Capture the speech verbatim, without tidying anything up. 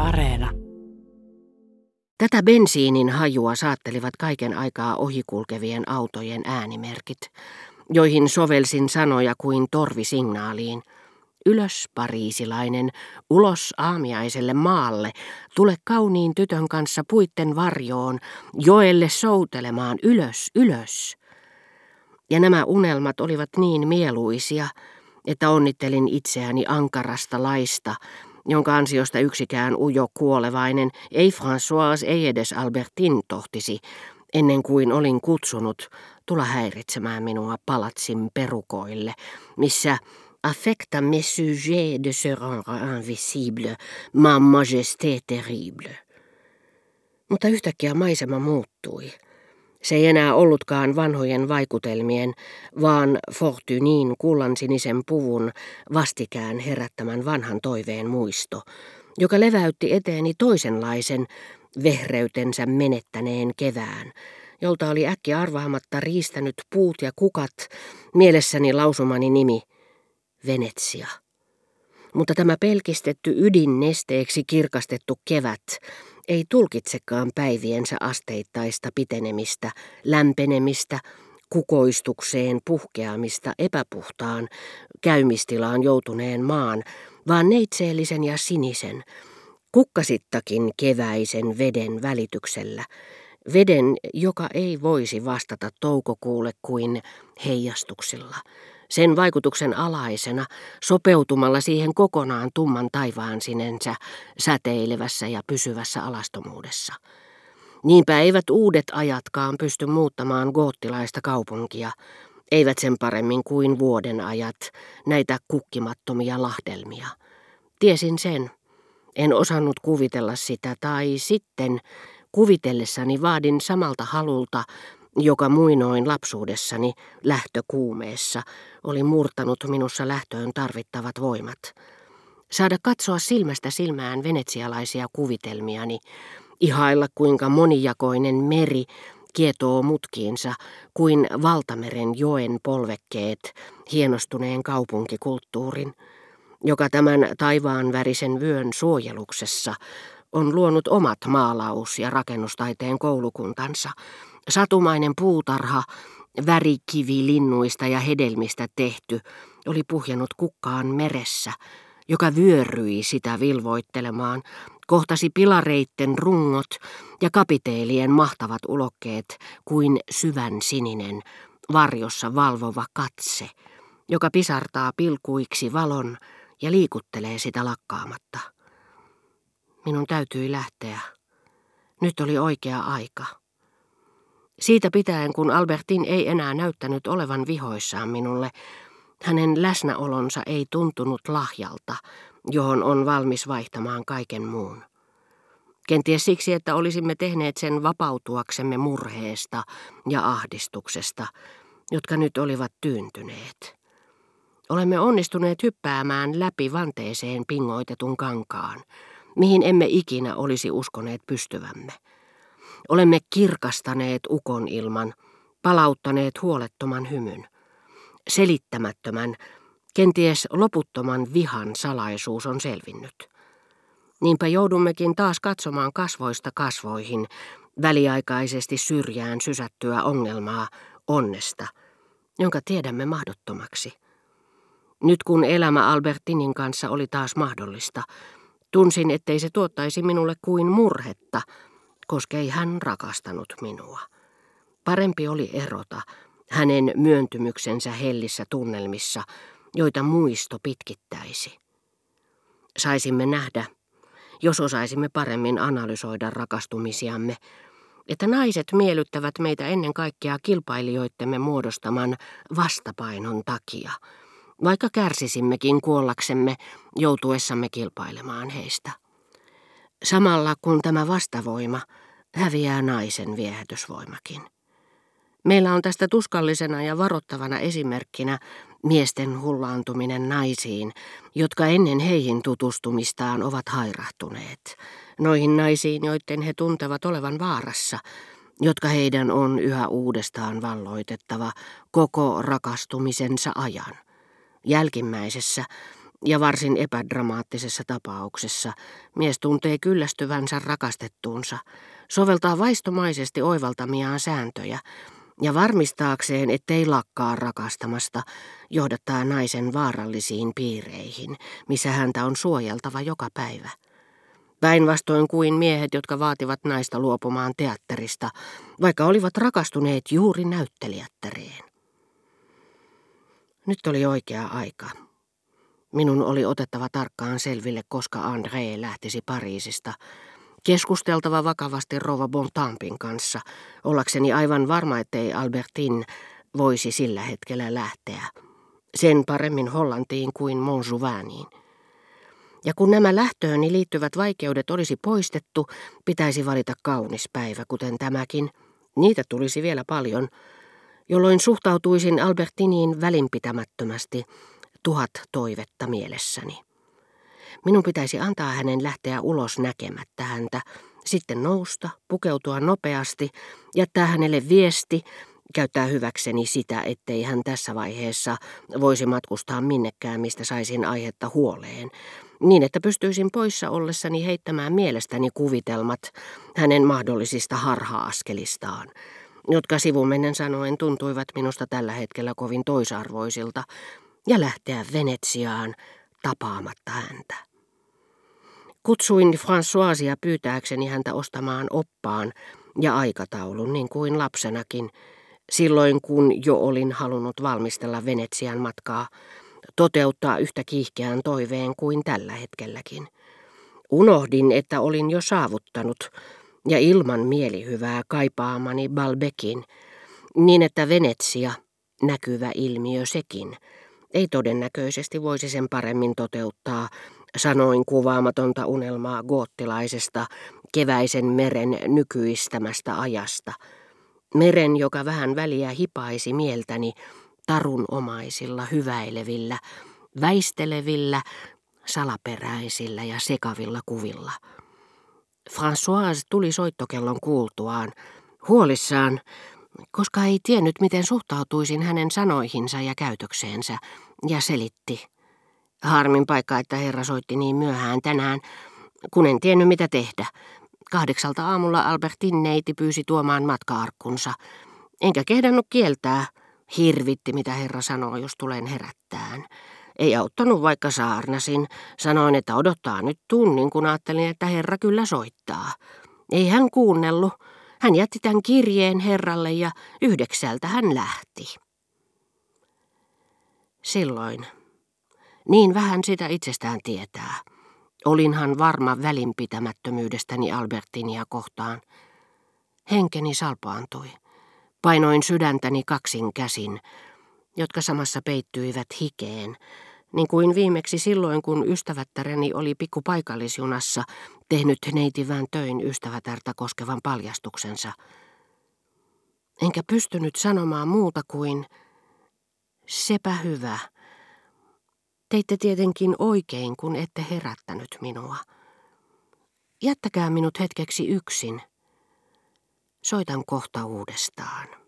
Areena. Tätä bensiinin hajua saattelivat kaiken aikaa ohikulkevien autojen äänimerkit, joihin sovelsin sanoja kuin torvisignaaliin. Ylös, pariisilainen, ulos aamiaiselle maalle, tule kauniin tytön kanssa puitten varjoon, joelle soutelemaan, ylös, ylös. Ja nämä unelmat olivat niin mieluisia, että onnittelin itseäni ankarasta laista, jonka ansiosta yksikään ujo kuolevainen, ei Françoise, ei edes Albertine tohtisi, ennen kuin olin kutsunut tulla häiritsemään minua palatsin perukoille, missä affecta mes sujets de se rendre invisible, ma majesté terrible. Mutta yhtäkkiä maisema muuttui. Se ei enää ollutkaan vanhojen vaikutelmien, vaan Fortunin kullansinisen puvun vastikään herättämän vanhan toiveen muisto, joka leväytti eteeni toisenlaisen vehreytensä menettäneen kevään, jolta oli äkki arvaamatta riistänyt puut ja kukat, mielessäni lausumani nimi, Venetsia. Mutta tämä pelkistetty ydinnesteeksi kirkastettu kevät ei tulkitsekaan päiviensä asteittaista pitenemistä, lämpenemistä, kukoistukseen puhkeamista epäpuhtaan, käymistilaan joutuneen maan, vaan neitseellisen ja sinisen, kukkasittakin keväisen veden välityksellä, veden, joka ei voisi vastata toukokuulle kuin heijastuksilla, sen vaikutuksen alaisena, sopeutumalla siihen kokonaan tumman taivaan sinensä säteilevässä ja pysyvässä alastomuudessa. Niinpä eivät uudet ajatkaan pysty muuttamaan goottilaista kaupunkia, eivät sen paremmin kuin vuoden ajat, näitä kukkimattomia lahdelmia. Tiesin sen, en osannut kuvitella sitä, tai sitten kuvitellessani vaadin samalta halulta, joka muinoin lapsuudessani lähtökuumeessa oli murtanut minussa lähtöön tarvittavat voimat. Saada katsoa silmästä silmään venetsialaisia kuvitelmiani, ihailla kuinka monijakoinen meri kietoo mutkiinsa kuin valtameren joen polvekkeet hienostuneen kaupunkikulttuurin, joka tämän taivaan värisen vyön suojeluksessa on luonut omat maalaus- ja rakennustaiteen koulukuntansa, satumainen puutarha, värikivilinnuista ja hedelmistä tehty, oli puhjennut kukkaan meressä, joka vyöryi sitä vilvoittelemaan, kohtasi pilareitten rungot ja kapiteelien mahtavat ulokkeet kuin syvän sininen, varjossa valvova katse, joka pisartaa pilkuiksi valon ja liikuttelee sitä lakkaamatta. Minun täytyi lähteä. Nyt oli oikea aika. Siitä pitäen, kun Albertine ei enää näyttänyt olevan vihoissaan minulle, hänen läsnäolonsa ei tuntunut lahjalta, johon on valmis vaihtamaan kaiken muun. Kenties siksi, että olisimme tehneet sen vapautuaksemme murheesta ja ahdistuksesta, jotka nyt olivat tyyntyneet. Olemme onnistuneet hyppäämään läpi vanteeseen pingoitetun kankaan, mihin emme ikinä olisi uskoneet pystyvämme. Olemme kirkastaneet ukonilman, palauttaneet huolettoman hymyn. Selittämättömän, kenties loputtoman vihan salaisuus on selvinnyt. Niinpä joudummekin taas katsomaan kasvoista kasvoihin väliaikaisesti syrjään sysättyä ongelmaa onnesta, jonka tiedämme mahdottomaksi. Nyt kun elämä Albertinin kanssa oli taas mahdollista, tunsin, ettei se tuottaisi minulle kuin murhetta, koska ei hän rakastanut minua. Parempi oli erota hänen myöntymyksensä hellissä tunnelmissa, joita muisto pitkittäisi. Saisimme nähdä, jos osaisimme paremmin analysoida rakastumisiamme, että naiset miellyttävät meitä ennen kaikkea kilpailijoittemme muodostaman vastapainon takia, vaikka kärsisimmekin kuollaksemme joutuessamme kilpailemaan heistä. Samalla kun tämä vastavoima häviää naisen viehätysvoimakin. Meillä on tästä tuskallisena ja varoittavana esimerkkinä miesten hullaantuminen naisiin, jotka ennen heihin tutustumistaan ovat hairahtuneet. Noihin naisiin, joiden he tuntevat olevan vaarassa, jotka heidän on yhä uudestaan valloitettava koko rakastumisensa ajan. Jälkimmäisessä Ja varsin epädramaattisessa tapauksessa mies tuntee kyllästyvänsä rakastettuunsa, soveltaa vaistomaisesti oivaltamiaan sääntöjä ja varmistaakseen, ettei lakkaa rakastamasta, johdattaa naisen vaarallisiin piireihin, missä häntä on suojeltava joka päivä. Päinvastoin kuin miehet, jotka vaativat naista luopumaan teatterista, vaikka olivat rakastuneet juuri näyttelijättäreen. Nyt oli oikea aika. Minun oli otettava tarkkaan selville, koska André lähtisi Pariisista, keskusteltava vakavasti rouva Bontampin kanssa, ollakseni aivan varma, ettei Albertine voisi sillä hetkellä lähteä, sen paremmin Hollantiin kuin Montjouvaniin. Ja kun nämä lähtööni liittyvät vaikeudet olisi poistettu, pitäisi valita kaunis päivä, kuten tämäkin. Niitä tulisi vielä paljon, jolloin suhtautuisin Albertiniin välinpitämättömästi, tuhat toivetta mielessäni. Minun pitäisi antaa hänen lähteä ulos näkemättä häntä, sitten nousta, pukeutua nopeasti, jättää hänelle viesti, käyttää hyväkseni sitä, ettei hän tässä vaiheessa voisi matkustaa minnekään, mistä saisin aihetta huoleen, niin että pystyisin poissa ollessani heittämään mielestäni kuvitelmat hänen mahdollisista harha-askelistaan, jotka sivumennen sanoen tuntuivat minusta tällä hetkellä kovin toisarvoisilta, ja lähteä Venetsiaan tapaamatta häntä. Kutsuin Françoisia pyytääkseni häntä ostamaan oppaan ja aikataulun niin kuin lapsenakin, silloin kun jo olin halunnut valmistella Venetsian matkaa, toteuttaa yhtä kiihkeän toiveen kuin tällä hetkelläkin. Unohdin, että olin jo saavuttanut ja ilman mielihyvää kaipaamani Balbecin, niin että Venetsia, näkyvä ilmiö sekin, ei todennäköisesti voisi sen paremmin toteuttaa, sanoin kuvaamatonta unelmaa goottilaisesta keväisen meren nykyistämästä ajasta. Meren, joka vähän väliä hipaisi mieltäni tarunomaisilla, hyväilevillä, väistelevillä, salaperäisillä ja sekavilla kuvilla. Françoise tuli soittokellon kuultuaan, huolissaan, koska ei tiennyt, miten suhtautuisin hänen sanoihinsa ja käytökseensä, ja selitti. Harmin paikka, että herra soitti niin myöhään tänään, kun en tiennyt mitä tehdä. Kahdeksalta aamulla Albertin neiti pyysi tuomaan matka-arkkunsa. Enkä kehdannut kieltää. Hirvitti, mitä herra sanoo, jos tulen herättään. Ei auttanut, vaikka saarnasin. Sanoin, että odottaa nyt tunnin, kun ajattelin, että herra kyllä soittaa. Ei hän kuunnellut. Hän jätti tämän kirjeen herralle ja yhdeksältä hän lähti. Silloin, niin vähän sitä itsestään tietää, olinhan varma välinpitämättömyydestäni Albertinia kohtaan. Henkeni salpaantui. Painoin sydäntäni kaksin käsin, jotka samassa peittyivät hikeen, niin kuin viimeksi silloin, kun ystävättäreni oli pikku paikallisjunassa tehnyt neitivään töin ystävätärtä koskevan paljastuksensa. Enkä pystynyt sanomaan muuta kuin, sepä hyvä. Teitte tietenkin oikein, kun ette herättänyt minua. Jättäkää minut hetkeksi yksin. Soitan kohta uudestaan.